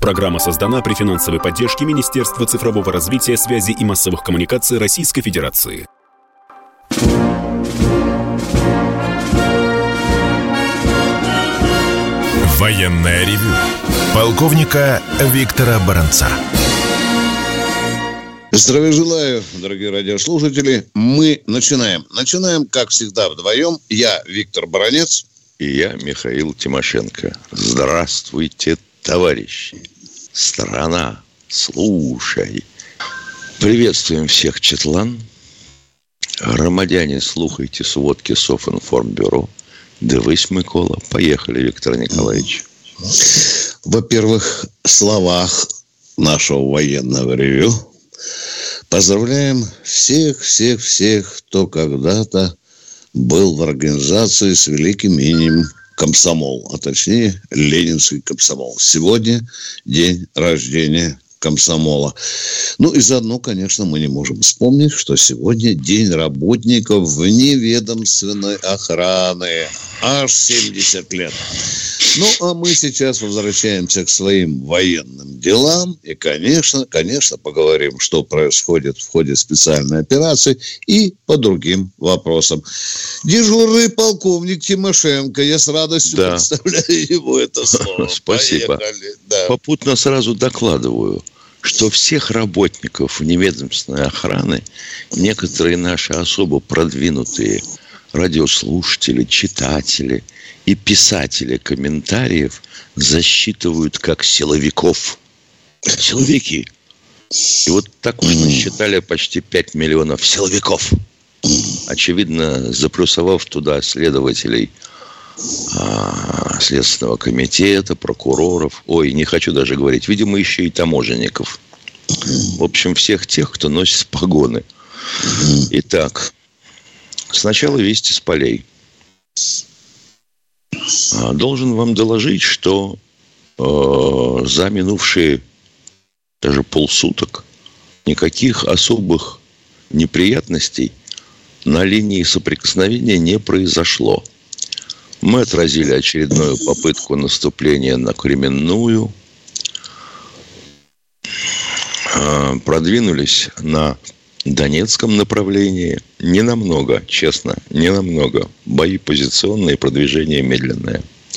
Программа создана при финансовой поддержке Министерства цифрового развития, связи и массовых коммуникаций Российской Федерации. Военное ревю полковника Виктора Баранца. Здравия желаю, дорогие радиослушатели. Мы начинаем. Начинаем, как всегда, вдвоем. Я Виктор Баранец. И я Михаил Тимошенко. Здравствуйте, товарищи. Страна, слушай. Приветствуем всех, Четлан. Громадяне, слухайте сводки Софинформбюро. Дивись, Микола. Поехали, Виктор Николаевич. Во-первых, в словах нашего военного ревю поздравляем всех, кто когда-то был в организации с великим именем комсомол, а точнее Ленинский комсомол. Сегодня день рождения комсомола. Ну и заодно, конечно, мы не можем вспомнить, что сегодня день работников вневедомственной охраны. Аж 70 лет. Ну, а мы сейчас возвращаемся к своим военным делам. И, конечно, поговорим, что происходит в ходе специальной операции и по другим вопросам. Дежурный полковник Тимошенко. Я с радостью представляю ему это слово. Спасибо. Да. Попутно сразу докладываю, что всех работников вневедомственной охраны, некоторые наши особо продвинутые радиослушатели, читатели и писатели комментариев засчитывают как силовиков. Силовики. И вот так уж насчитали почти 5 миллионов силовиков. Очевидно, заплюсовав туда следователей Следственного комитета, прокуроров. Ой, не хочу даже говорить. Видимо, еще и таможенников. В общем, всех тех, кто носит погоны. Итак, сначала вести с полей. Должен вам доложить, что за минувшие даже полсуток никаких особых неприятностей на линии соприкосновения не произошло. Мы отразили очередную попытку наступления на Кременную, продвинулись на Донецком направлении. Ненамного, честно, ненамного. Бои позиционные, продвижение медленное.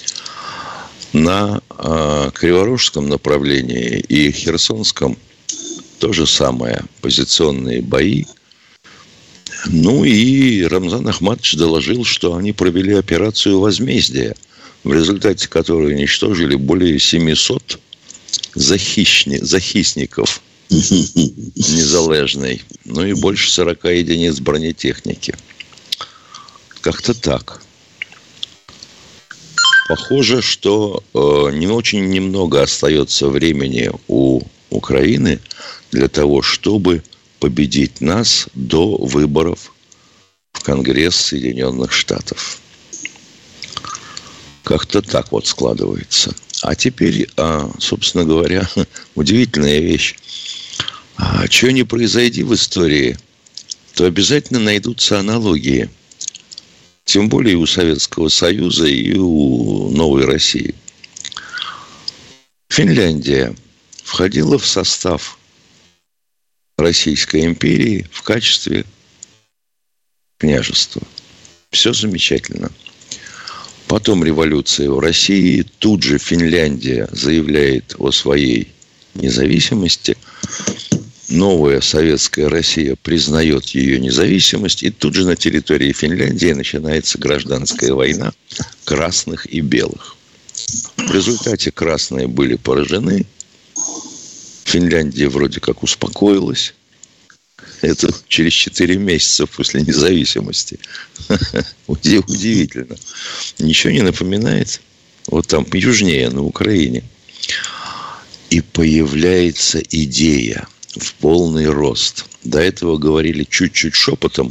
На Криворожском направлении и Херсонском то же самое. Позиционные бои. Ну и Рамзан Ахматович доложил, что они провели операцию возмездия, в результате которой уничтожили более 700 захисников незалежной, ну и больше 40 единиц бронетехники. Как-то так. Похоже, что не очень немного остается времени у Украины для того, чтобы победить нас до выборов в Конгресс Соединенных Штатов. Как-то так вот складывается. А теперь, собственно говоря, удивительная вещь. Что не произойди в истории, то обязательно найдутся аналогии. Тем более у Советского Союза и у Новой России. Финляндия входила в состав Российской империи в качестве княжества. Все замечательно. Потом революция в России. Тут же Финляндия заявляет о своей независимости. Новая советская Россия признает ее независимость. И тут же на территории Финляндии начинается гражданская война красных и белых. В результате красные были поражены. Финляндия вроде как успокоилась. Это через 4 месяца после независимости. Удивительно. Ничего не напоминает? Вот там южнее, на Украине. И появляется идея в полный рост. До этого говорили чуть-чуть шепотом.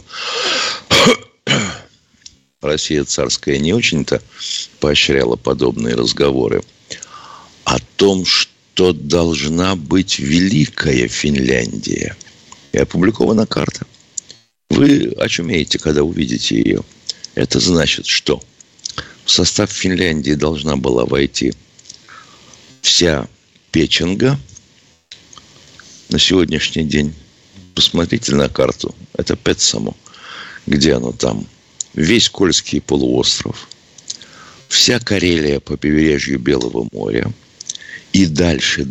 Россия царская не очень-то поощряла подобные разговоры. О том, что должна быть великая Финляндия. И опубликована карта. Вы очумеете, когда увидите ее. Это значит, что в состав Финляндии должна была войти вся Печенга на сегодняшний день. Посмотрите на карту. Это Петсамо. Где оно там? Весь Кольский полуостров. Вся Карелия по побережью Белого моря. И дальше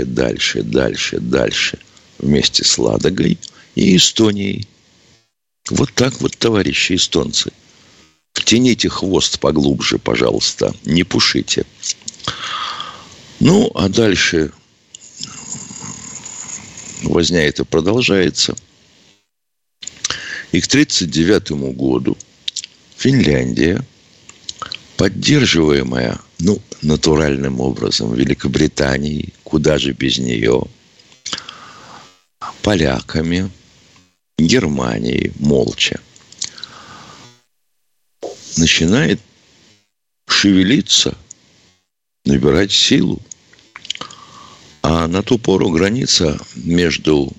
вместе с Ладогой и Эстонией. Вот так вот, товарищи эстонцы. Втяните хвост поглубже, пожалуйста. Не пушите. Ну, а дальше возня эта продолжается. И к 1939 году Финляндия, поддерживаемая, натуральным образом Великобританией, куда же без нее, поляками, Германией, молча, начинает шевелиться, набирать силу. А на ту пору граница между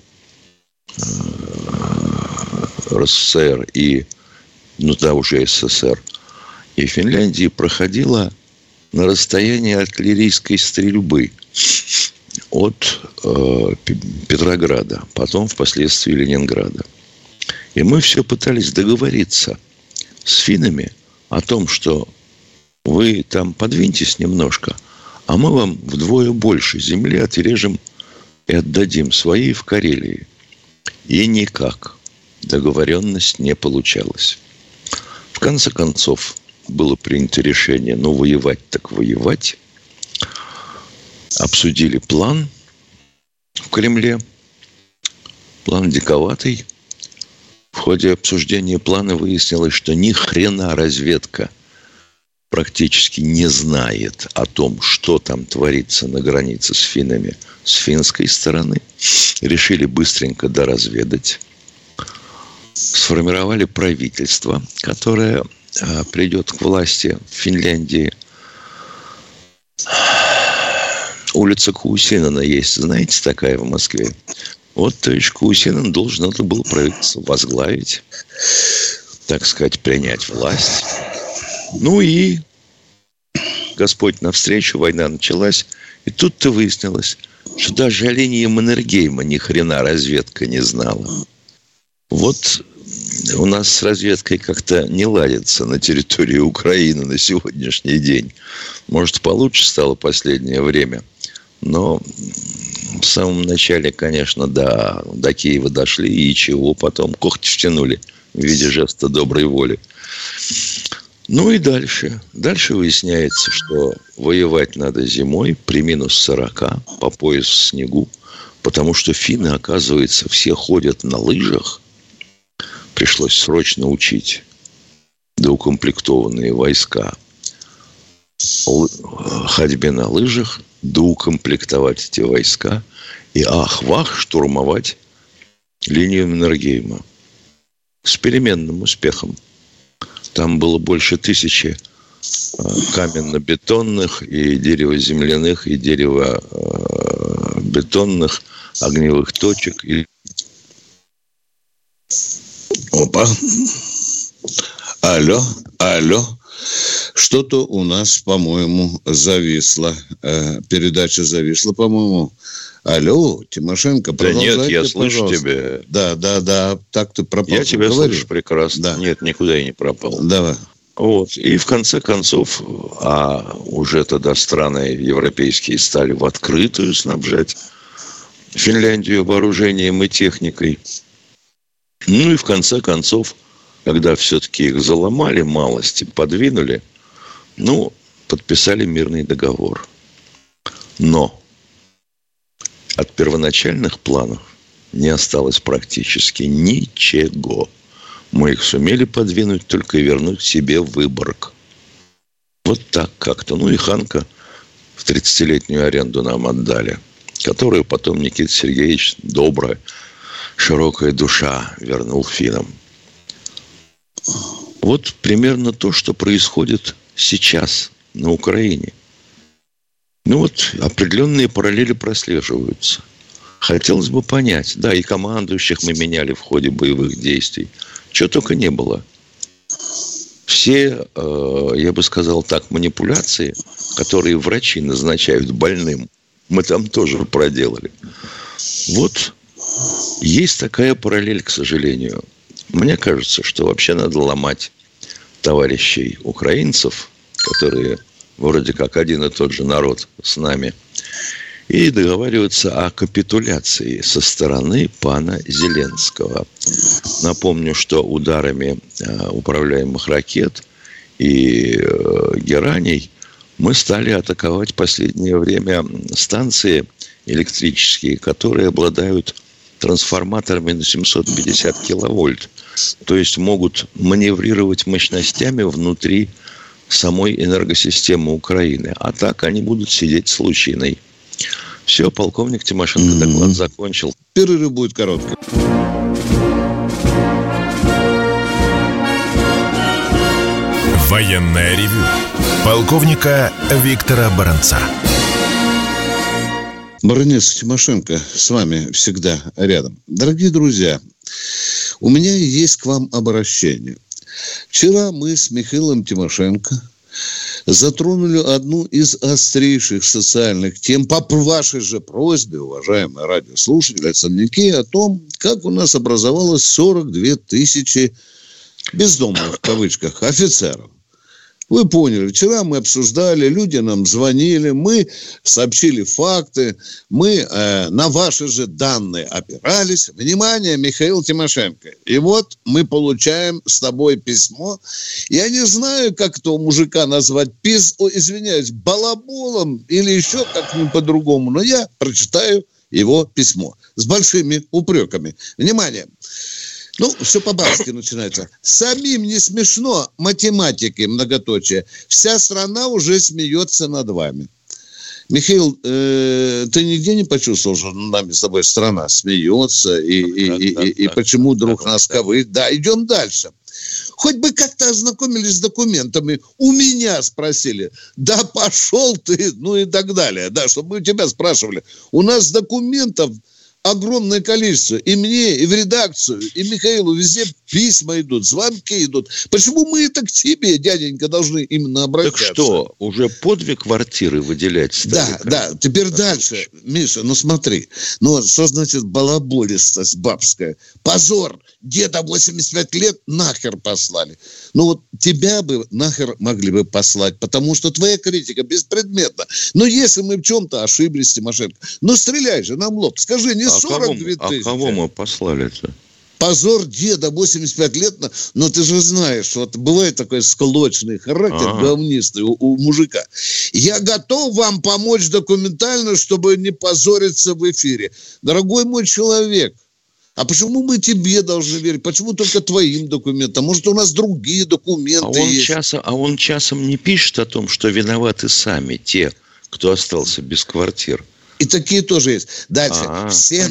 РСФСР и, уже СССР и Финляндией проходила на расстоянии артиллерийской стрельбы от Петрограда, потом впоследствии Ленинграда. И мы все пытались договориться с финнами о том, что вы там подвиньтесь немножко, а мы вам вдвое больше земли отрежем и отдадим своей в Карелии. И никак договоренность не получалась. В конце концов, было принято решение, воевать так воевать. Обсудили план в Кремле. План диковатый. В ходе обсуждения плана выяснилось, что ни хрена разведка практически не знает о том, что там творится на границе с финнами с финской стороны. Решили быстренько доразведать. Сформировали правительство, которое придет к власти в Финляндии. Улица Каусинена есть, знаете, такая в Москве. Вот товарищ Каусинен должен это было правительство возглавить, так сказать, принять власть. И Господь навстречу, война началась. И тут-то выяснилось, что даже о линии Маннергейма ни хрена разведка не знала. Вот у нас с разведкой как-то не ладится на территории Украины на сегодняшний день. Может, получше стало последнее время. Но в самом начале, конечно, до Киева дошли. И чего потом? Когти втянули в виде жеста доброй воли. И дальше. Дальше выясняется, что воевать надо зимой при минус 40 по пояс в снегу. Потому что финны, оказывается, все ходят на лыжах. Пришлось срочно учить доукомплектованные войска ходьбе на лыжах, доукомплектовать эти войска и ах-вах штурмовать линию Маннергейма с переменным успехом. Там было больше 1000 каменно-бетонных и дерево-земляных и дерево-бетонных огневых точек. Опа. Алло. Что-то у нас, по-моему, зависло. Передача зависла, по-моему. Алло, Тимошенко, продолжайте, да нет, я слышу пожалуйста. тебя. Да. Так ты пропал. Я тебя слышу прекрасно. Да. Нет, никуда я не пропал. Давай. Вот. И в конце концов, уже тогда страны европейские стали в открытую снабжать Финляндию вооружением и техникой. И в конце концов, когда все-таки их заломали малости, подвинули, подписали мирный договор. Но от первоначальных планов не осталось практически ничего. Мы их сумели подвинуть, только и вернуть себе Выборг. Вот так как-то. И Ханка в 30-летнюю аренду нам отдали, которую потом Никита Сергеевич, добрая, широкая душа, вернул финнам. Вот примерно то, что происходит сейчас на Украине. Определенные параллели прослеживаются. Хотелось бы понять. Да, и командующих мы меняли в ходе боевых действий. Чего только не было. Все, я бы сказал так, манипуляции, которые врачи назначают больным, мы там тоже проделали. Вот есть такая параллель, к сожалению. Мне кажется, что вообще надо ломать товарищей украинцев, которые вроде как один и тот же народ с нами, и договариваться о капитуляции со стороны пана Зеленского. Напомню, что ударами управляемых ракет и гераний мы стали атаковать в последнее время станции электрические, которые обладают трансформаторами на 750 киловольт. То есть могут маневрировать мощностями внутри самой энергосистемы Украины. А так они будут сидеть с лучиной. Все, полковник Тимошенко доклад закончил. Перерыв будет короткий. Военное ревю полковника Виктора Баранца. Баранец Тимошенко с вами всегда рядом. Дорогие друзья, у меня есть к вам обращение. Вчера мы с Михаилом Тимошенко затронули одну из острейших социальных тем по вашей же просьбе, уважаемые радиослушатели, отцовники, о том, как у нас образовалось 42 тысячи бездомных, в кавычках, офицеров. Вы поняли, вчера мы обсуждали, люди нам звонили, мы сообщили факты, мы на ваши же данные опирались. Внимание, Михаил Тимошенко. И вот мы получаем с тобой письмо. Я не знаю, как этого мужика назвать, извиняюсь, балаболом или еще как-нибудь по-другому, но я прочитаю его письмо с большими упреками. Внимание. Ну, все по-барски начинается. Самим не смешно, математики, многоточие. Вся страна уже смеется над вами. Михаил, ты нигде не почувствовал, что нами с тобой страна смеется? И почему друг нас ковыряет? Да, идем дальше. Хоть бы как-то ознакомились с документами. У меня спросили. Да пошел ты, ну и так далее. Да, чтобы мы у тебя спрашивали. У нас документов огромное количество. И мне, и в редакцию, и Михаилу везде письма идут, звонки идут. Почему мы это к тебе, дяденька, должны именно обращаться? Так что, уже по 2 квартиры выделять стали? Да. Теперь дальше. Миша, ну смотри. Ну, что значит балаболистость бабская? Позор. Деда 85 лет нахер послали. Ну, вот тебя бы нахер могли бы послать, потому что твоя критика беспредметна. Но если мы в чем-то ошиблись, Тимошенко, ну, стреляй же нам в лоб. Скажи, не 42 тысячи. А кого мы послали-то? Позор деда 85 лет. Но ты же знаешь, вот бывает такой склочный характер, говнистый у мужика. Я готов вам помочь документально, чтобы не позориться в эфире. Дорогой мой человек, а почему мы тебе должны верить? Почему только твоим документам? Может, у нас другие документы есть? Он часом не пишет о том, что виноваты сами те, кто остался без квартир. И такие тоже есть. Дальше. Все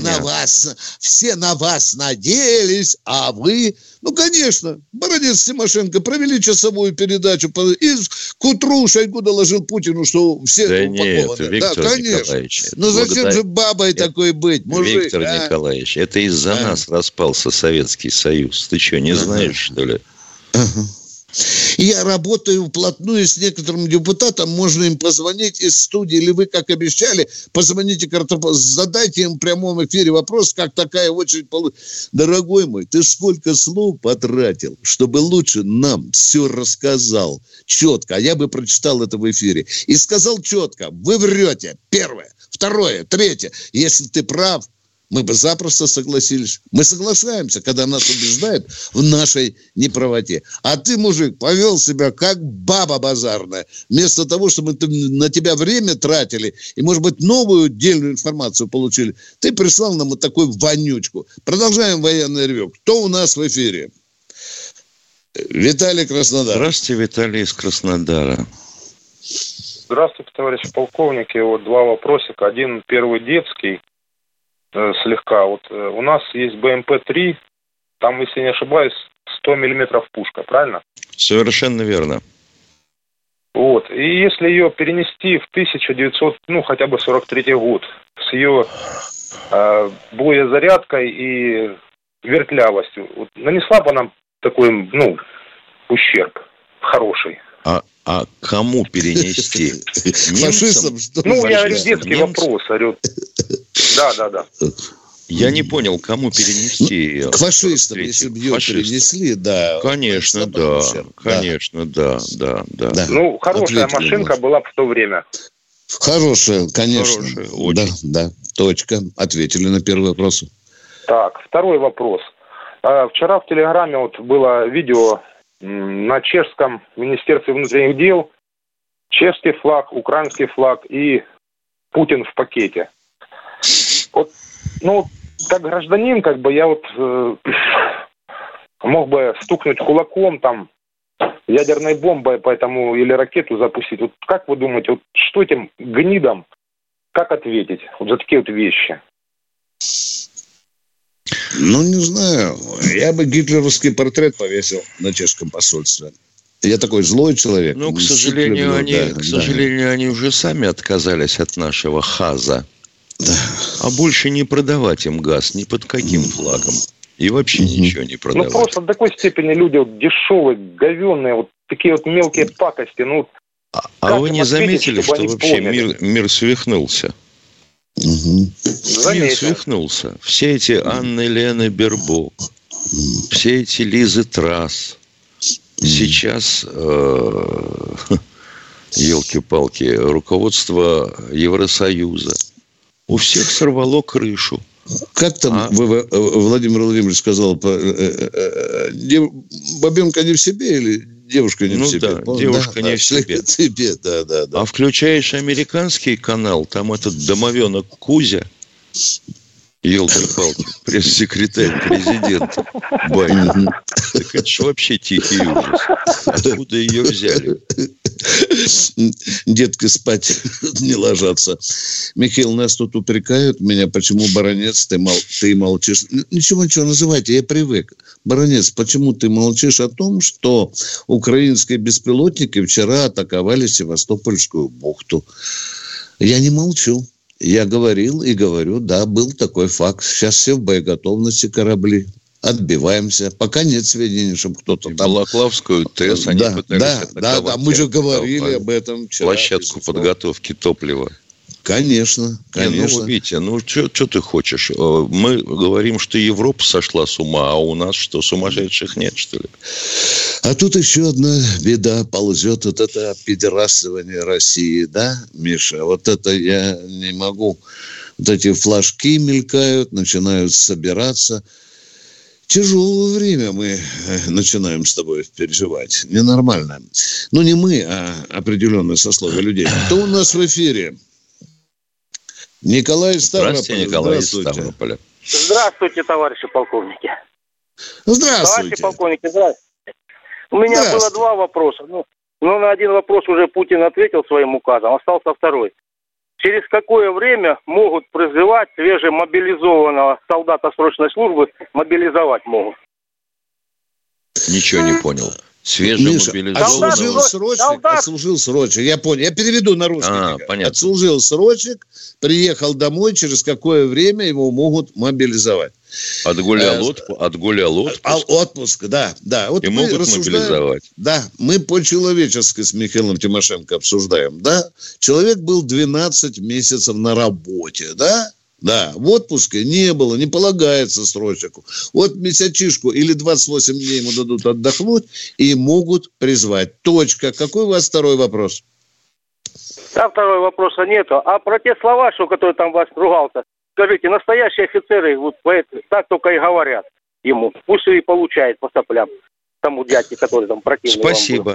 на вас надеялись, а вы... Ну, конечно, Баранец Тимошенко провели часовую передачу, и к утру Шойгу доложил Путину, что все упакованы. Нет, Виктор Николаевич. Ну, зачем же бабой такой быть, мужик? Виктор Николаевич, это из-за нас распался Советский Союз. Ты что, не знаешь, что ли? Я работаю вплотную с некоторым депутатом, можно им позвонить из студии, или вы, как обещали, позвоните, задайте им в прямом эфире вопрос, как такая очередь получится. Дорогой мой, ты сколько слов потратил, чтобы лучше нам все рассказал четко, а я бы прочитал это в эфире. И сказал четко, вы врете, первое, второе, третье. Если ты прав, мы бы запросто согласились. Мы соглашаемся, когда нас убеждают в нашей неправоте. А ты, мужик, повел себя как баба базарная. Вместо того, чтобы на тебя время тратили и, может быть, новую отдельную информацию получили, ты прислал нам вот такую вонючку. Продолжаем военное ревю. Кто у нас в эфире? Виталий, Краснодар. Здравствуйте, Виталий из Краснодара. Здравствуйте, товарищи полковники. Вот 2 вопросика. Один первый детский. Слегка. Вот у нас есть БМП-3, там, если не ошибаюсь, 100 миллиметров пушка, правильно? Совершенно верно. Вот. И если ее перенести в 1900, хотя бы 43-й год, с ее боезарядкой и вертлявостью, вот, нанесла бы нам такой, ущерб хороший. А А кому перенести? Фашистам, что ли? Ну, я детский вопрос, орет. Да. Я не понял, кому перенести ее. К фашистам, если бы ее перенесли, да. Конечно, да. Конечно, да. Ну, хорошая машинка была в то время. Хорошая, конечно. Хорошая, очень. Да. Точка. Ответили на первый вопрос. Так, второй вопрос. Вчера в Телеграме вот было видео на чешском Министерстве внутренних дел. Чешский флаг, украинский флаг и Путин в пакете. Вот, ну, как гражданин, как бы я вот мог бы стукнуть кулаком там ядерной бомбой, поэтому или ракету запустить. Вот как вы думаете, вот что этим гнидам, как ответить вот за такие вот вещи? Ну, не знаю. Я бы гитлеровский портрет повесил на чешском посольстве. Я такой злой человек. Ну, к сожалению, они уже сами отказались от нашего ХАЗа. Да. А больше не продавать им газ ни под каким флагом. И вообще ничего не продавать. Ну, просто до такой степени люди вот дешевые, говенные, вот такие вот мелкие пакости. Ну, а вы не заметили, что вообще мир свихнулся? Мир свихнулся. Все эти Анны Лены Бербок, все эти Лизы Трасс. Сейчас, елки-палки, руководство Евросоюза у всех сорвало крышу. Как там Владимир Владимирович сказал, бабенка не в себе или девушка не в себе? Да, девушка не в себе. Да. А включаешь американский канал, там этот домовенок Кузя, елки-палки, пресс-секретарь президента Байден. Так это ж вообще тихий ужас. Откуда ее взяли? Детки спать не ложатся. Михаил, нас тут упрекают меня, почему, баронец, ты молчишь. Ничего, называйте, я привык. Баронец, почему ты молчишь о том, что украинские беспилотники вчера атаковали Севастопольскую бухту? Я не молчу. Я говорил и говорю, да, был такой факт. Сейчас все в боеготовности корабли. Отбиваемся. Пока нет сведений, чтобы кто-то там... Балаклавскую ТЭС они пытались атаковать. Да, мы же говорили об этом вчера. Площадку подготовки топлива. Конечно. Ну, Витя, что ты хочешь? Мы говорим, что Европа сошла с ума, а у нас что, сумасшедших нет, что ли? А тут еще одна беда ползет. Вот это педерастывание России, да, Миша? Вот это я не могу. Вот эти флажки мелькают, начинают собираться. Тяжелое время мы начинаем с тобой переживать. Ненормально. Ну, не мы, а определенное сословие людей. Кто у нас в эфире? Николай из Ставрополя. Здравствуйте, Николай из Ставрополя. Здравствуйте, товарищи полковники. Здравствуйте. Товарищи полковники, здравствуйте. У меня было два вопроса. Ну, на один вопрос уже Путин ответил своим указом, остался второй. Через какое время могут призывать свежемобилизованного солдата срочной службы, мобилизовать могут? Ничего не понял. Свежемобилизованного. Отслужил срочек. Я понял. Я переведу на русский. Понятно. Отслужил срочек, приехал домой, через какое время его могут мобилизовать. Отгулял отпуск. Да. Вот и могут мобилизовать. Да, мы по-человечески с Михаилом Тимошенко обсуждаем. Да, человек был 12 месяцев на работе, да? Да, в отпуске не было, не полагается срочку. Вот месячишку или 28 дней ему дадут отдохнуть и могут призвать. Точка. Какой у вас второй вопрос? Там второго вопроса нету. А про те слова, что который там вас ругался, скажите, настоящие офицеры вот так только и говорят ему. Пусть и получает по соплям. Тому дядьке, который там противный. Спасибо.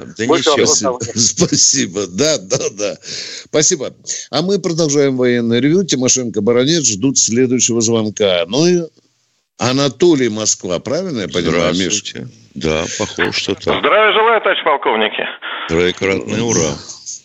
Спасибо. Да. Спасибо. А мы продолжаем военное ревью. Тимошенко, баронец ждут следующего звонка. Ну и Анатолий, Москва. Правильно я понимаю, Миш? Да, похоже, что так. Здравия желаю, товарищ полковники. Троекратное ура.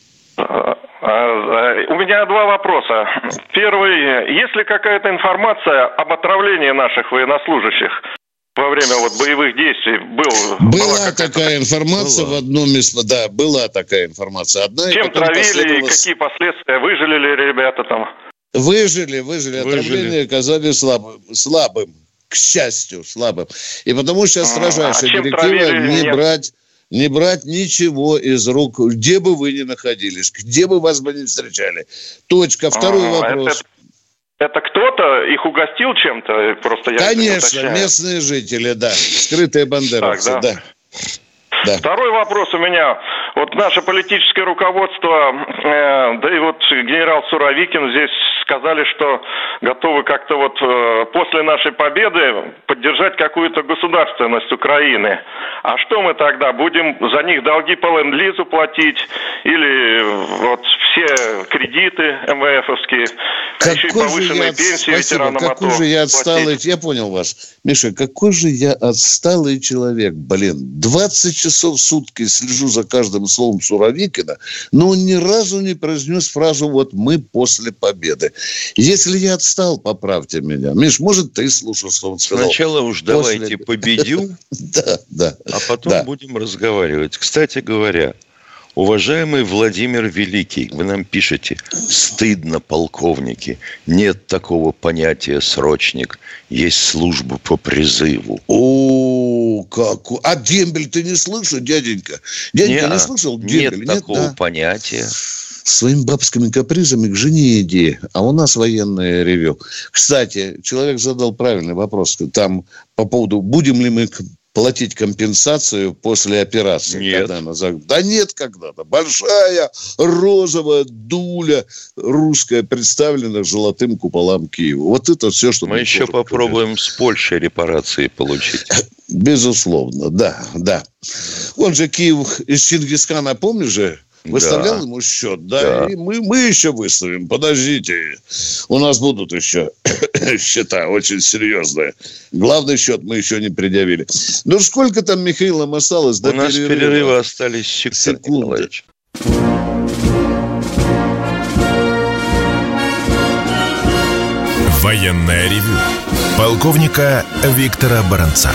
У меня два вопроса. Первый. Есть ли какая-то информация об отравлении наших военнослужащих во время боевых действий? Была такая информация в одном из... Да, была такая информация. Чем травили и какие последствия? Выжили ли ребята там? Выжили. Отравление оказались слабым. К счастью, слабым. И потому сейчас строжайшая директива не брать не брать ничего из рук, где бы вы ни находились, где бы вас бы ни встречали. Точка. Второй вопрос. Это кто-то их угостил чем-то? Просто Конечно, местные жители, да. Скрытые бандеровцы, так, да. Да. Второй вопрос у меня. Вот наше политическое руководство, да и вот генерал Суровикин здесь сказали, что готовы как-то вот после нашей победы поддержать какую-то государственность Украины. А что мы тогда будем за них долги по ленд-лизу платить или вот все кредиты МВФовские, еще и повышенные пенсии ветеранам АТО? Какой же я отсталый, я понял вас. Миша, какой же я отсталый человек, 20 часов в сутки слежу за каждым словом Суровикина, но он ни разу не произнес фразу «вот мы после победы». Если я отстал, поправьте меня. Миш, может, ты слушал, что он сказал? Сначала уж давайте победю, а потом будем разговаривать. Кстати говоря, уважаемый Владимир Великий, вы нам пишете: стыдно, полковники, нет такого понятия срочник, есть служба по призыву. О, как! А дембель ты не слышал, дяденька? Дяденька, не слышал дембель? Нет такого понятия. Своими бабскими капризами к жене иди, а у нас военное ревю. Кстати, человек задал правильный вопрос. Там по поводу, будем ли мы платить компенсацию после операции. Нет. Да нет, когда-то. Большая розовая дуля русская представлена золотым куполам Киева. Вот это все, что... Мы еще попробуем с Польшей репарации получить. Безусловно, да. Он же Киев из Чингисхана, помнишь же? Выставлял ему счет, да. И мы еще выставим. Подождите. У нас будут еще счета очень серьезные. Главный счет мы еще не предъявили. Ну, сколько там, Михаил, нам осталось до перерыва? У нас перерывы остались секунды. Военное ревю полковника Виктора Баранца.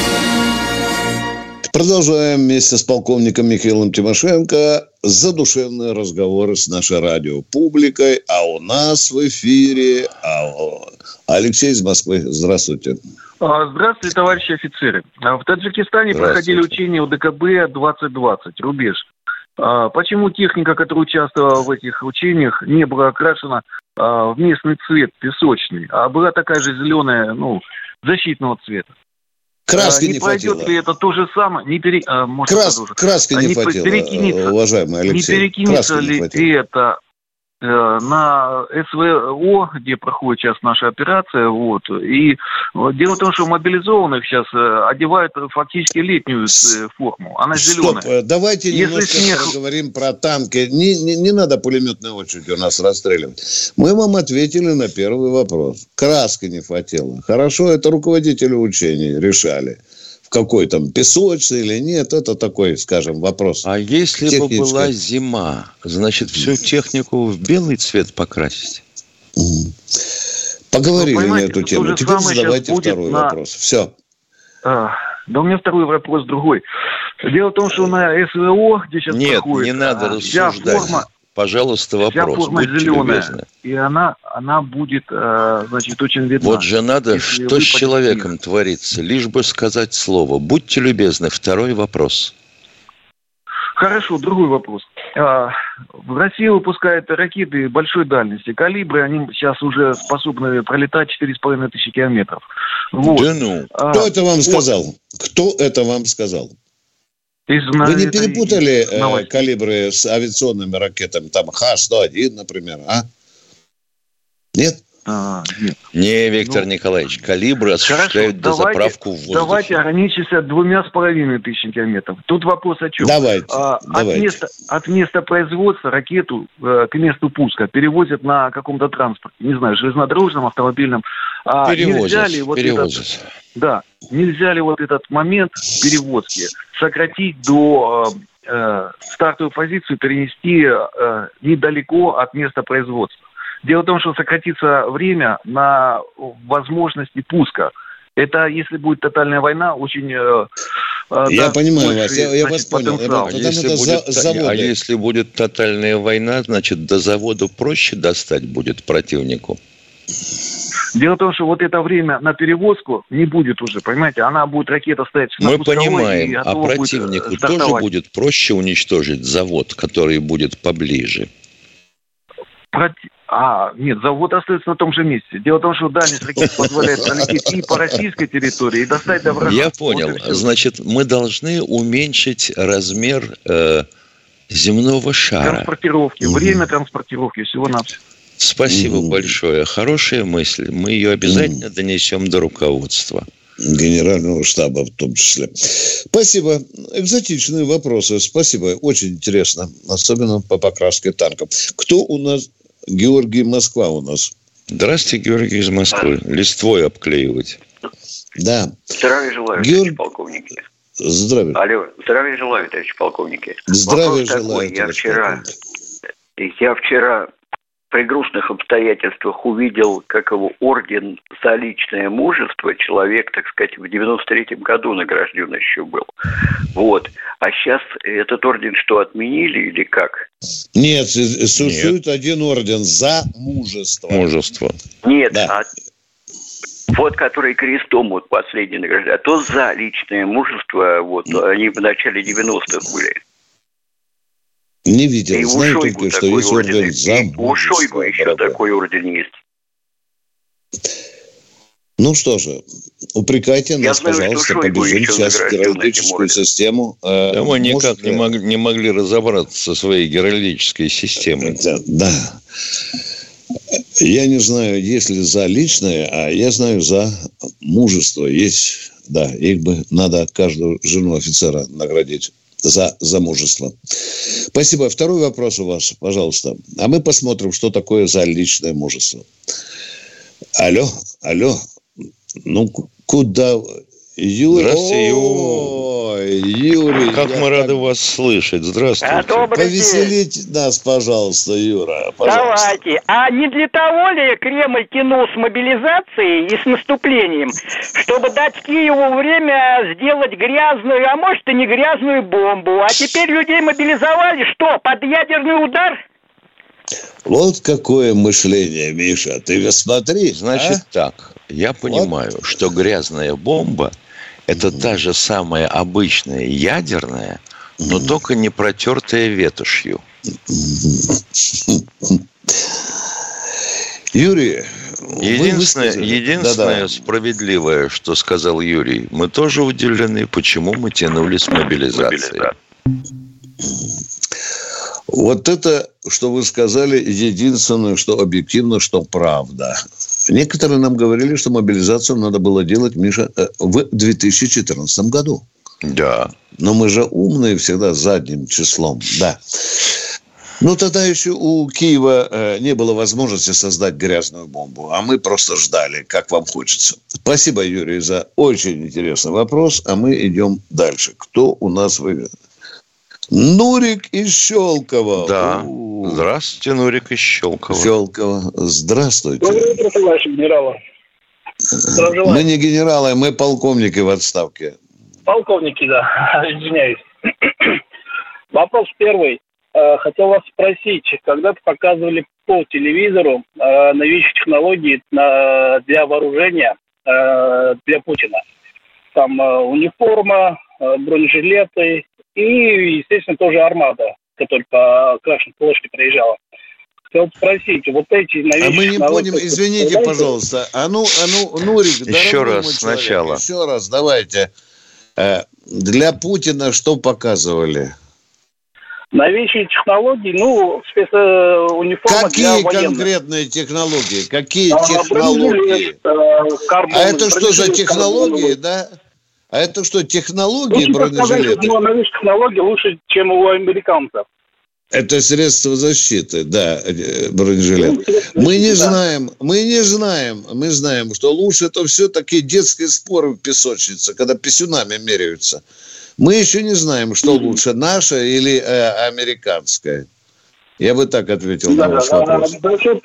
Продолжаем вместе с полковником Михаилом Тимошенко задушевные разговоры с нашей радиопубликой. А у нас в эфире Алексей из Москвы. Здравствуйте. Здравствуйте, товарищи офицеры. В Таджикистане проходили учения УДКБ-2020, рубеж. Почему техника, которая участвовала в этих учениях, не была окрашена в местный цвет песочный, а была такая же зеленая, защитного цвета? Краски не хватило. Пройдет ли это то же самое? Краски не хватило, уважаемый Алексей. Не перекинется ли это на СВО, где проходит сейчас наша операция? И дело в том, что мобилизованных сейчас одевают фактически летнюю форму. Она зеленая. Стоп, давайте немножко поговорим про танки. Не надо пулеметной очередью нас расстреливать. Мы вам ответили на первый вопрос. Краски не хватило. Хорошо, это руководители учений решали. Какой там, песочный или нет, это такой, скажем, вопрос. А если бы была зима, значит, всю технику в белый цвет покрасить? Поговорили на эту тему. Теперь задавайте второй вопрос. Все. Да у меня второй вопрос другой. Дело в том, что на СВО, где сейчас проходит... Нет, не надо рассуждать. Пожалуйста, вопрос. Вся форма зеленая, и она будет, очень видна. Вот же надо, что с человеком творится, лишь бы сказать слово. Будьте любезны, второй вопрос. Хорошо, другой вопрос. Россия выпускает ракеты большой дальности. Калибры, они сейчас уже способны пролетать 4500 километров. Да ну. Кто это вам сказал? Кто это вам сказал? Вы не перепутали калибры с авиационными ракетами? Там Х-101, например, а? Нет? Нет. Не, Виктор Николаевич, калибры осуществляют дозаправку в воздухе. Давайте ограничимся 2500 километров. Тут вопрос о чем? Давайте. От места производства ракету к месту пуска перевозят на каком-то транспорте. Не знаю, железнодорожном, автомобильном. Перевозят. Нельзя ли этот момент перевозки сократить до стартовую позицию, перенести недалеко от места производства? Дело в том, что сократится время на возможности пуска. Это, если будет тотальная война, очень... Я понимаю вас, я вас понял. А если будет тотальная война, значит, до завода проще достать будет противнику? Дело в том, что вот это время на перевозку не будет уже, понимаете? Она будет, ракета стоять на Мы пусковой, понимаем, и а противнику будет тоже будет проще уничтожить завод, который будет поближе. Нет, завод остается на том же месте. Дело в том, что дальность ракет позволяет пролететь и по российской территории, и достать до врага. Я понял. Значит, мы должны уменьшить размер земного шара. Транспортировки, время транспортировки, всего-навсего. Спасибо большое. Хорошая мысль. Мы ее обязательно донесем до руководства. Генерального штаба в том числе. Спасибо. Экзотичные вопросы. Спасибо. Очень интересно. Особенно по покраске танков. Кто у нас? Георгий, Москва у нас. Здравствуйте, Георгий из Москвы. Листвой обклеивать. Да. Здравия желаю, товарищи полковники. Здравия. Алло, здравия желаю, товарищи полковники. Здравия желаю, товарищи полковники. Я вчера при грустных обстоятельствах увидел, как его орден за личное мужество, человек, так сказать, в 93-м году награжден еще был. Вот. А сейчас этот орден что, отменили или как? Нет, существует один орден за мужество. Мужество. Нет, да. Вот который крестом вот последний награжден. А то за личное мужество, вот, они в начале 90-х были. Не видел. И знаю у только, что есть орден за мужество. У Шойгу еще такой орден есть. Ну что же, упрекайте нас, пожалуйста, побежим сейчас в геральдическую систему. Да мы никак не могли разобраться со своей геральдической системой. Да. Я не знаю, есть ли за личное, а я знаю за мужество. Есть, да, их бы надо каждую жену офицера наградить за мужество. Спасибо. Второй вопрос у вас, пожалуйста. А мы посмотрим, что такое за личное мужество. Алло. Ну, куда? Здравствуйте, Юрий. Как мы рады вас слышать. Здравствуйте. Повеселите нас, пожалуйста, Юра. Пожалуйста. Давайте. А не для того ли Кремль тянул с мобилизацией и с наступлением, чтобы дать Киеву время сделать грязную, а может и не грязную бомбу? А теперь людей мобилизовали, что, под ядерный удар? Вот какое мышление, Миша. Ты смотри. Значит так, я понимаю, что грязная бомба – это та же самая обычная ядерная, но только не протертая ветошью. Юрий, единственное справедливое, что сказал Юрий, мы тоже удивлены, почему мы тянули с мобилизацией. Вот это, что вы сказали, единственное, что объективно, что правда. Некоторые нам говорили, что мобилизацию надо было делать, Миша, в 2014 году. Да. Но мы же умные всегда задним числом. Да. Ну, тогда еще у Киева не было возможности создать грязную бомбу. А мы просто ждали, как вам хочется. Спасибо, Юрий, за очень интересный вопрос. А мы идем дальше. Кто у нас выиграет? Нурик из Щелково. Да. Здравствуйте, Нурик из Щелково. Здравствуйте. Доброе утро, товарищи генералы. Мы не генералы, мы полковники в отставке. Полковники, да. Извиняюсь. Вопрос первый. Хотел вас спросить. Когда-то показывали по телевизору новейшие технологии для вооружения для Путина. Там униформа, бронежилеты и, естественно, тоже армада, которая по Красной площади проезжала. Хотел спросить, вот эти новейшие... А мы не поняли, извините, пожалуйста. Нурик, еще раз сначала. Еще раз, давайте. Для Путина что показывали? Новейшие технологии, спецуниформа для военных. Какие конкретные технологии? Какие технологии? А это что за технологии, да? А это что, технологии бронежилета? Новейшие технологии лучше, чем у американцев. Это средство защиты, да, бронежилет. Мы не знаем, что лучше это все-таки детские споры в песочнице, когда писюнами меряются. Мы еще не знаем, что лучше, наше или американское. Я бы так ответил на ваш вопрос. Насчет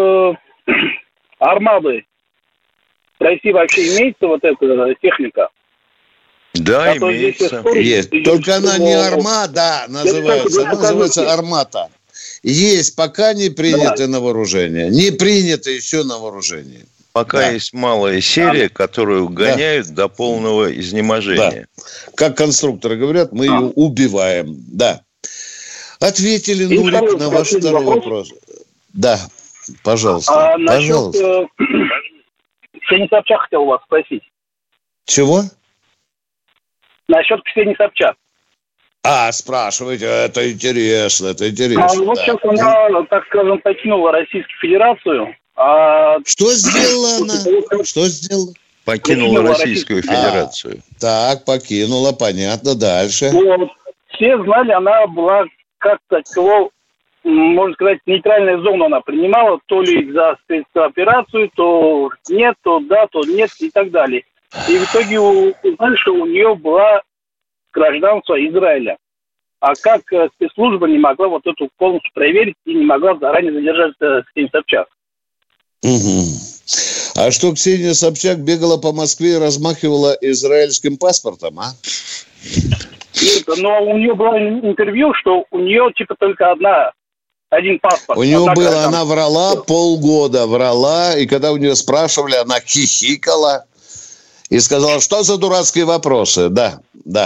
армады. В России вообще имеется вот эта техника? Да, имеется. Есть. Только она не армада называется. Она называется армата. Есть, пока не приняты на вооружение. Не приняты еще на вооружение. Пока есть малая серия, которую гоняют до полного изнеможения. Да. Как конструкторы говорят, мы ее убиваем. Да. Ответили, Нурик, на ваш второй вопрос. Да, пожалуйста. Насчет Ксении Собчак хотел у вас спросить. Чего? Насчет Ксении Собчак. Спрашивайте, это интересно, в общем, она, так скажем, покинула Российскую Федерацию. Что сделала она? Что сделала? Покинула Российскую Федерацию. Так, покинула, понятно, дальше. Все знали, она была, как сказать, можно сказать, нейтральную зону она принимала, то ли за спецоперацию, то нет, то да, то нет и так далее. И в итоге узнали, что у нее было гражданство Израиля. А как спецслужба не могла вот эту полностью проверить и не могла заранее задержать Ксению Собчак? Угу. А что, Ксения Собчак бегала по Москве и размахивала израильским паспортом, Нет, но у нее было интервью, что у нее типа только один паспорт. У нее было, она врала полгода, и когда у нее спрашивали, она хихикала и сказала, что за дурацкие вопросы. Да.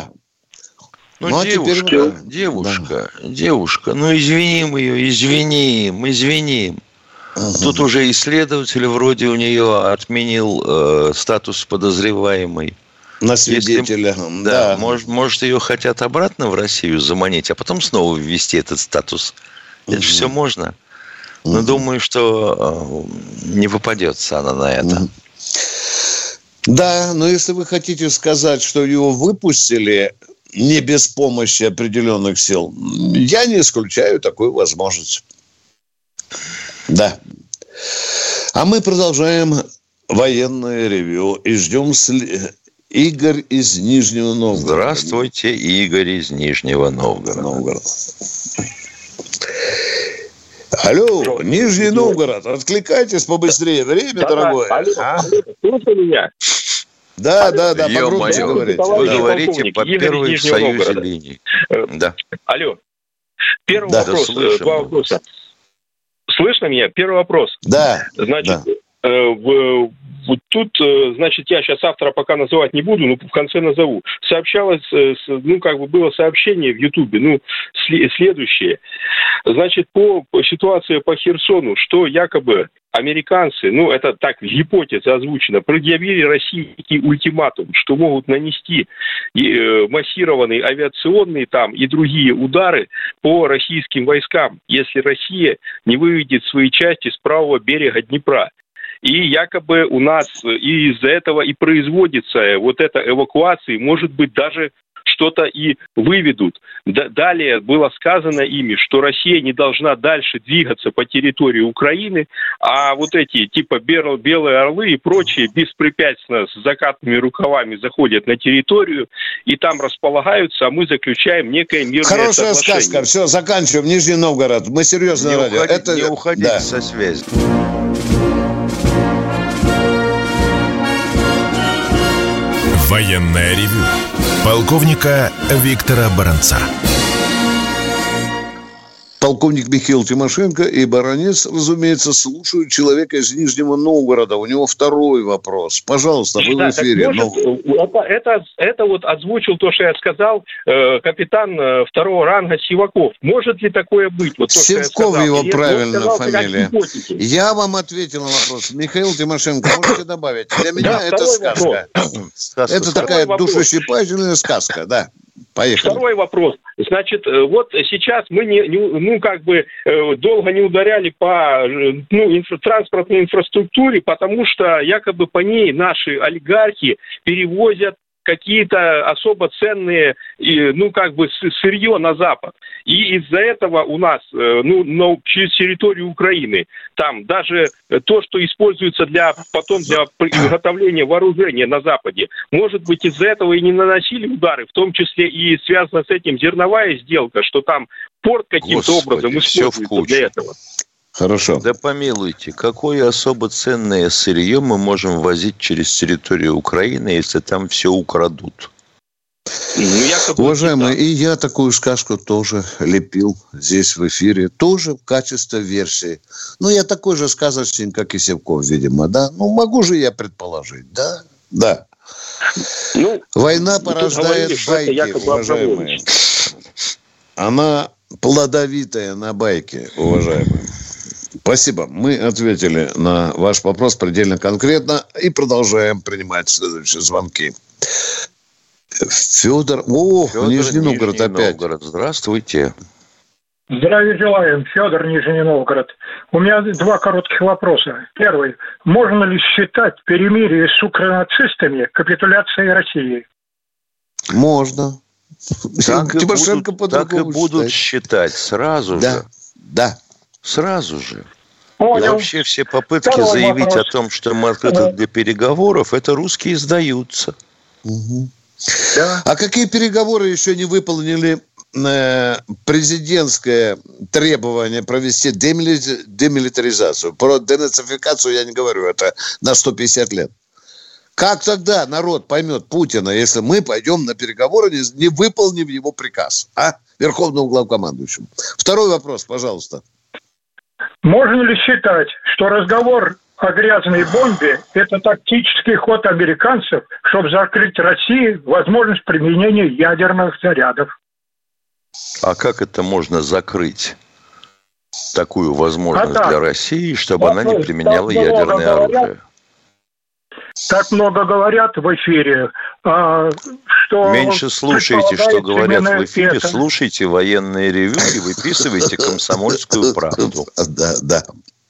Девушка, извиним. Тут уже исследователь вроде у нее отменил статус подозреваемой. На свидетеля. Может, ее хотят обратно в Россию заманить, а потом снова ввести этот статус. Это же все можно. Но думаю, что не попадется она на это. Да, но если вы хотите сказать, что его выпустили не без помощи определенных сил, я не исключаю такую возможность. Да. А мы продолжаем военное ревью и ждем Игорь из Нижнего Новгорода. Здравствуйте, Игорь из Нижнего Новгорода. Алло, Нижний Новгород, откликайтесь побыстрее. Время, дорогое. Слушай меня? Да, погромче говорите. Вы говорите по первой в союзе линии. Да. Алло. Первый вопрос, два вопроса. Слышно меня? Первый вопрос. Да. Значит, вот тут, значит, я сейчас автора пока называть не буду, но в конце назову. Сообщалось, было сообщение в Ютубе, следующее. Значит, по ситуации по Херсону, что якобы американцы, это так, гипотеза озвучена, предъявили России ультиматум, что могут нанести массированные авиационные и другие удары по российским войскам, если Россия не выведет свои части с правого берега Днепра. И якобы у нас из-за этого и производится вот эта эвакуация, может быть, даже что-то и выведут. Далее было сказано ими, что Россия не должна дальше двигаться по территории Украины, а вот эти типа белые орлы и прочие беспрепятственно с закатными рукавами заходят на территорию и там располагаются, а мы заключаем некое мирное соглашение. Хорошая сказка. Все, заканчиваем. Нижний Новгород. Мы серьезно радио. Не уходите со связи. Военное ревю полковника Виктора Баранца. Полковник Михаил Тимошенко и баронец, разумеется, слушают человека из Нижнего Новгорода. У него второй вопрос. Пожалуйста, вы в эфире. Это вот озвучил то, что я сказал, капитан второго ранга Сиваков. Может ли такое быть? Вот то, Сивков его правильная фамилия. Я вам ответил на вопрос. Михаил Тимошенко, можете добавить? Для меня это сказка. Это такая душещипательная сказка, да. Поехали. Второй вопрос. Значит, вот сейчас мы долго не ударяли по транспортной инфраструктуре, потому что якобы по ней наши олигархи перевозят какие-то особо ценные, сырье на Запад. И из-за этого у нас, через территорию Украины, там даже то, что используется для изготовления вооружения на Западе, может быть, из-за этого и не наносили удары, в том числе и связана с этим зерновая сделка, что там порт каким-то образом используется для этого. Хорошо. Да помилуйте, какое особо ценное сырье мы можем возить через территорию Украины, если там все украдут? Уважаемые, и я такую сказку тоже лепил здесь в эфире, тоже в качестве версии. Я такой же сказочник, как и Севков, видимо, да? Могу же я предположить, да? Да. Война порождает байки, уважаемые. Она плодовитая на байки, уважаемые. Спасибо. Мы ответили на ваш вопрос предельно конкретно и продолжаем принимать следующие звонки. Федор, Нижний Новгород опять. Здравствуйте. Здравия желаем. Федор, Нижний Новгород. У меня 2 коротких вопроса. Первый. Можно ли считать перемирие с укронацистами капитуляцией России? Можно. Так и будут считать сразу же. Да. Сразу же. Понял. И вообще все попытки заявить о том, что мы открыты для переговоров, это русские сдаются. Угу. Да. А какие переговоры еще не выполнили президентское требование провести демилитаризацию? Про денацификацию я не говорю, это на 150 лет. Как тогда народ поймет Путина, если мы пойдем на переговоры, не выполнив его приказ, Верховному главкомандующему? Второй вопрос, пожалуйста. Можно ли считать, что разговор о грязной бомбе – это тактический ход американцев, чтобы закрыть России возможность применения ядерных зарядов? А как это можно закрыть, такую возможность для России, чтобы она не применяла ядерное оружие? Так много говорят в эфире, что... Меньше слушайте, что говорят в эфире, слушайте военные ревю и выписывайте «Комсомольскую правду». Да.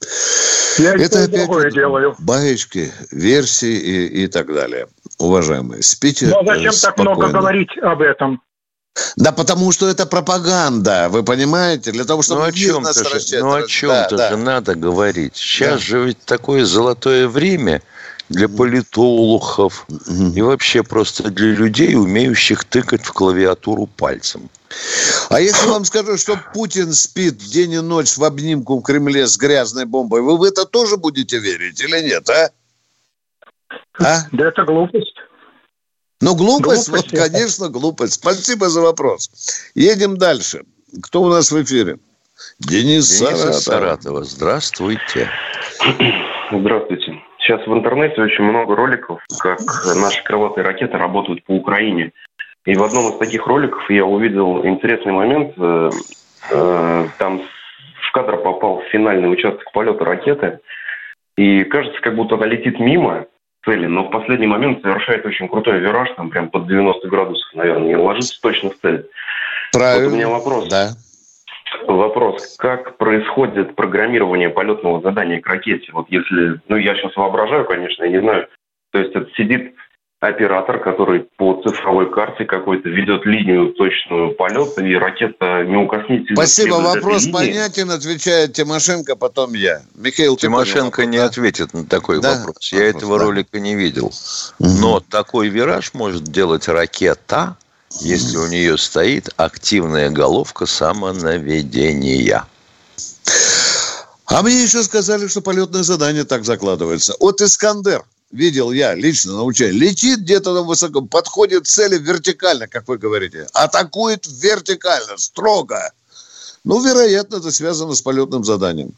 Я это опять делаю. Баечки, версии и так далее. Уважаемые, спите спокойно. Зачем так много говорить об этом? Да потому что это пропаганда, вы понимаете? Для того, чтобы о чем-то же надо говорить. Сейчас же ведь такое золотое время для политологов и вообще просто для людей, умеющих тыкать в клавиатуру пальцем. А если вам скажу, что Путин спит день и ночь в обнимку в Кремле с грязной бомбой, вы в это тоже будете верить или нет, Да это глупость. Глупость, конечно, глупость. Спасибо за вопрос. Едем дальше. Кто у нас в эфире? Денис из Саратова. Здравствуйте. Здравствуйте. Сейчас в интернете очень много роликов, как наши крылатые ракеты работают по Украине. И в одном из таких роликов я увидел интересный момент. Там в кадр попал финальный участок полета ракеты. И кажется, как будто она летит мимо цели, но в последний момент совершает очень крутой вираж, там прям под 90 градусов, наверное, и ложится точно в цель. Правильно. Вот у меня вопрос. Да. Вопрос, как происходит программирование полетного задания к ракете? Вот если, я сейчас воображаю, конечно, я не знаю. То есть это сидит оператор, который по цифровой карте какой-то ведет линию точную полета, и ракета неукоснительно... Спасибо, вопрос понятен, отвечает Тимошенко, потом я. Михаил, Тимошенко не ответит на такой вопрос. Я этого ролика не видел. Но такой вираж может делать ракета, если у нее стоит активная головка самонаведения. А мне еще сказали, что полетное задание так закладывается. Вот «Искандер», видел я лично на учении, летит где-то там высоко, подходит к цели вертикально, как вы говорите, атакует вертикально, строго. Вероятно, это связано с полетным заданием.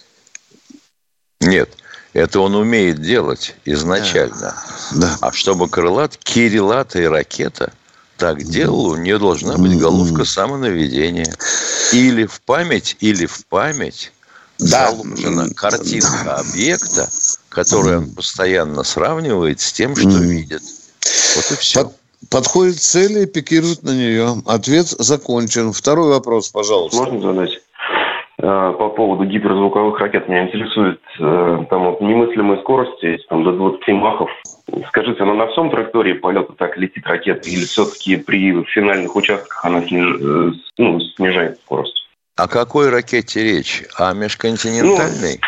Нет, это он умеет делать изначально. Да. А чтобы крылатая ракета так делала, у нее должна быть головка самонаведения. Или в память заложена картинка объекта, который он постоянно сравнивает с тем, что видит. Вот и все. Подходит к цели и пикирует на нее. Ответ закончен. Второй вопрос, пожалуйста. Можно задать? По поводу гиперзвуковых ракет. Меня интересует там немыслимые скорости, там до 20 махов. Скажите, она на всем траектории полета так летит ракета, или все-таки при финальных участках она снижает скорость? О какой ракете речь? О межконтинентальной?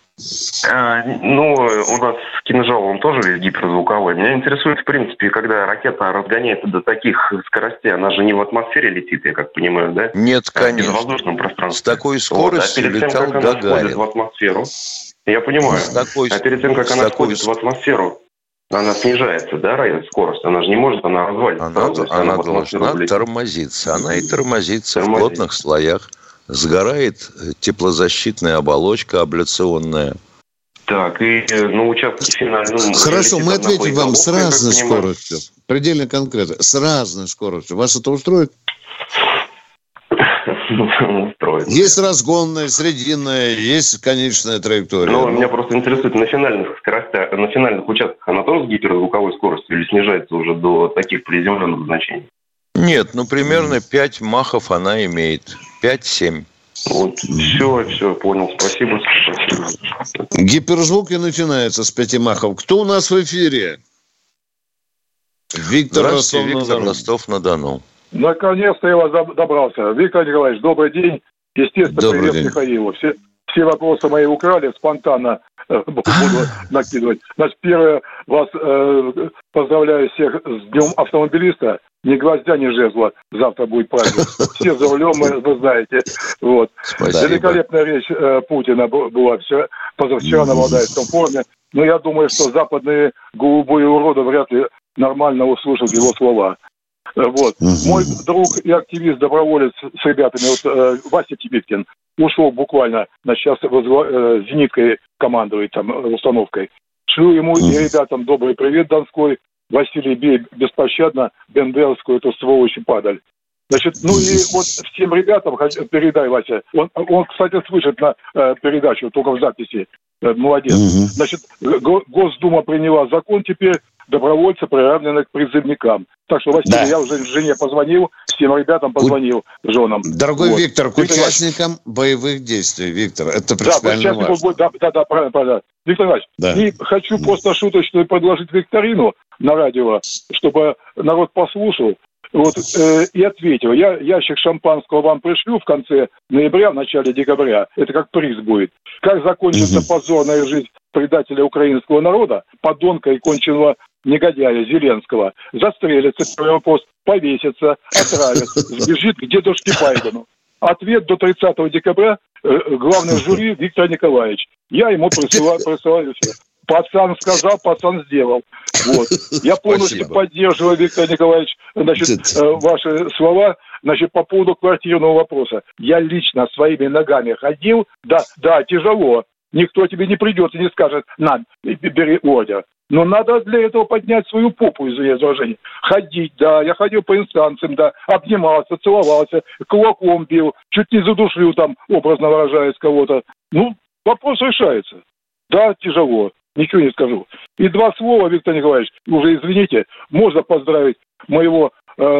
У нас кинжал, он тоже гиперзвуковой. Меня интересует, в принципе, когда ракета разгоняется до таких скоростей, она же не в атмосфере летит, я как понимаю, да? Нет, конечно. В воздушном пространстве. С такой скоростью летал Гагарин. Входит в атмосферу, я понимаю. А перед тем, как она входит в атмосферу, она снижается, да, скорость? Она же не может, она развалится. Она должна тормозиться. Она и тормозится в плотных слоях. Сгорает теплозащитная оболочка абляционная. Так, и участки финального... Хорошо, мы ответим вам с разной скоростью. Предельно конкретно. С разной скоростью. Вас это устроит? Устроит. Есть разгонная, срединная, есть конечная траектория. Меня просто интересует, на финальных скоростях, на финальных участках она тоже с гиперзвуковой скоростью или снижается уже до таких приземленных значений? Нет, примерно 5 махов она имеет. 5-7. Вот, все, понял. Спасибо. Гиперзвук и начинается с 5 махов. Кто у нас в эфире? Виктор Ростов-на-Дону. Наконец-то я вас добрался. Виктор Николаевич, добрый день. Естественно, добрый привет день. Михаилу. Все вопросы мои украли, спонтанно буду накидывать. Значит, первое, вас поздравляю всех с Днем автомобилиста. Ни гвоздя, ни жезла. Завтра будет праздник. Все за рулем, вы знаете. Вот. Великолепная речь Путина была позавчера на Валдайском форуме. Но я думаю, что западные голубые уроды вряд ли нормально услышат его слова. Вот. Мой друг и активист, доброволец с ребятами, Вася Кибиткин, ушел буквально, сейчас зениткой командует, установкой. Шлю ему и ребятам добрый привет Донской. Василий, бей беспощадно бендеровскую эту сволочь и падаль. Значит, и вот всем ребятам передай, Вася. Он, кстати, слышит на передачу, только в записи. Молодец. Значит, Госдума приняла закон теперь, добровольцы приравнены к призывникам. Так что, Василий, я уже жене позвонил, всем ребятам позвонил, женам. Дорогой Виктор, к участникам боевых действий, Виктор, это принципиально важно. Да, правильно. Виктор Иванович, и хочу просто шуточно предложить викторину на радио, чтобы народ послушал. Вот, и ответил. Я ящик шампанского вам пришлю в конце ноября, в начале декабря. Это как приз будет. Как закончится позорная жизнь предателя украинского народа, подонка и конченого негодяя Зеленского, застрелится, первый вопрос, повесится, отравят, сбежит к дедушке Байдену. Ответ до 30 декабря главный жюри Виктор Николаевич. Я ему присылаю все. Пацан сказал, пацан сделал. Вот. Я полностью поддерживаю, Виктор Николаевич, ваши слова. По поводу квартирного вопроса. Я лично своими ногами ходил. Да, тяжело. Никто тебе не придет и не скажет, на, бери ордер. Но надо для этого поднять свою попу, извиняюсь за выражение. Ходить, да. Я ходил по инстанциям, да. Обнимался, целовался, кулаком бил. Чуть не задушил там, образно выражаясь, кого-то. Вопрос решается. Да, тяжело. Ничего не скажу. И 2 слова, Виктор Николаевич, уже извините, можно поздравить моего,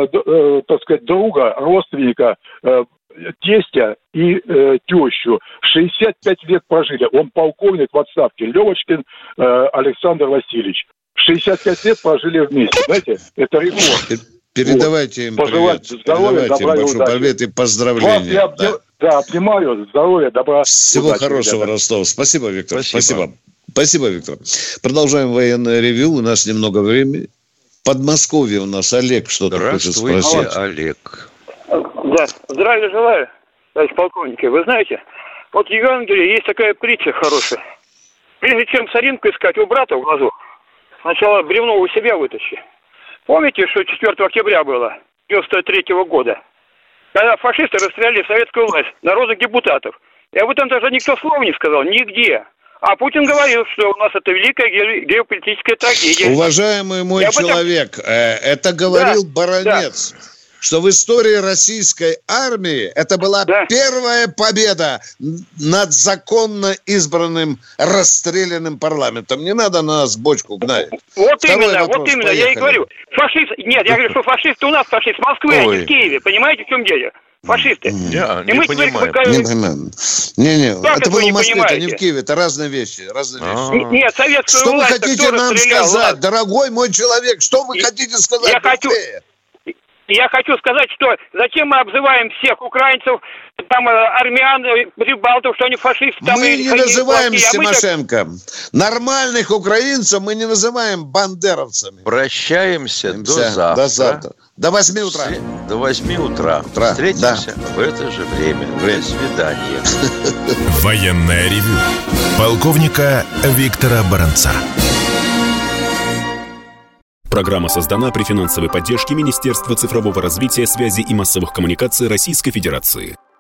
друга, родственника, тестя и тещу. 65 лет прожили. Он полковник в отставке. Левочкин Александр Васильевич. 65 лет прожили вместе. Знаете, это рекорд. Передавайте им привет. Здоровья, добра и удачи. Привет и поздравления. Обнимаю. Здоровья, добра. Всего удачи, хорошего, ребята. Ростов. Спасибо, Виктор. Спасибо, Виктор. Продолжаем военное ревью. У нас немного времени. Подмосковье у нас Олег что-то хочет спросить. Здравствуйте, Олег. Да, здравия желаю, товарищ полковник. Вы знаете, вот в Евангелии есть такая притча хорошая. Прежде чем соринку искать у брата в глазу, сначала бревно у себя вытащи. Помните, что 4 октября было, 1993 года? Когда фашисты расстреляли советскую власть на розыск депутатов. И об этом даже никто слова не сказал, нигде. А Путин говорил, что у нас это великая геополитическая трагедия. Уважаемый мой человек, это говорил Баранец. Да. Что в истории российской армии это была первая победа над законно избранным расстрелянным парламентом. Не надо на нас бочку гнать. Вот именно, я и говорю. Я говорю, что фашисты у нас фашисты в Москве, а не в Киеве. Понимаете, в чем дело? Фашисты. Не понимаем. Это было в Москве, это не в Киеве, это разные вещи. Нет, советскую что власть, вы хотите нам сказать, дорогой мой человек? Что вы хотите сказать? Я хочу сказать, что зачем мы обзываем всех украинцев, там, армян, прибалтов, что они фашисты. Мы не называем Тимошенко. Нормальных украинцев мы не называем бандеровцами. Прощаемся до завтра. До 8 утра. До 8 утра. Встретимся в это же время. До свидания. Военное ревю полковника Виктора Баранца. Программа создана при финансовой поддержке Министерства цифрового развития, связи и массовых коммуникаций Российской Федерации.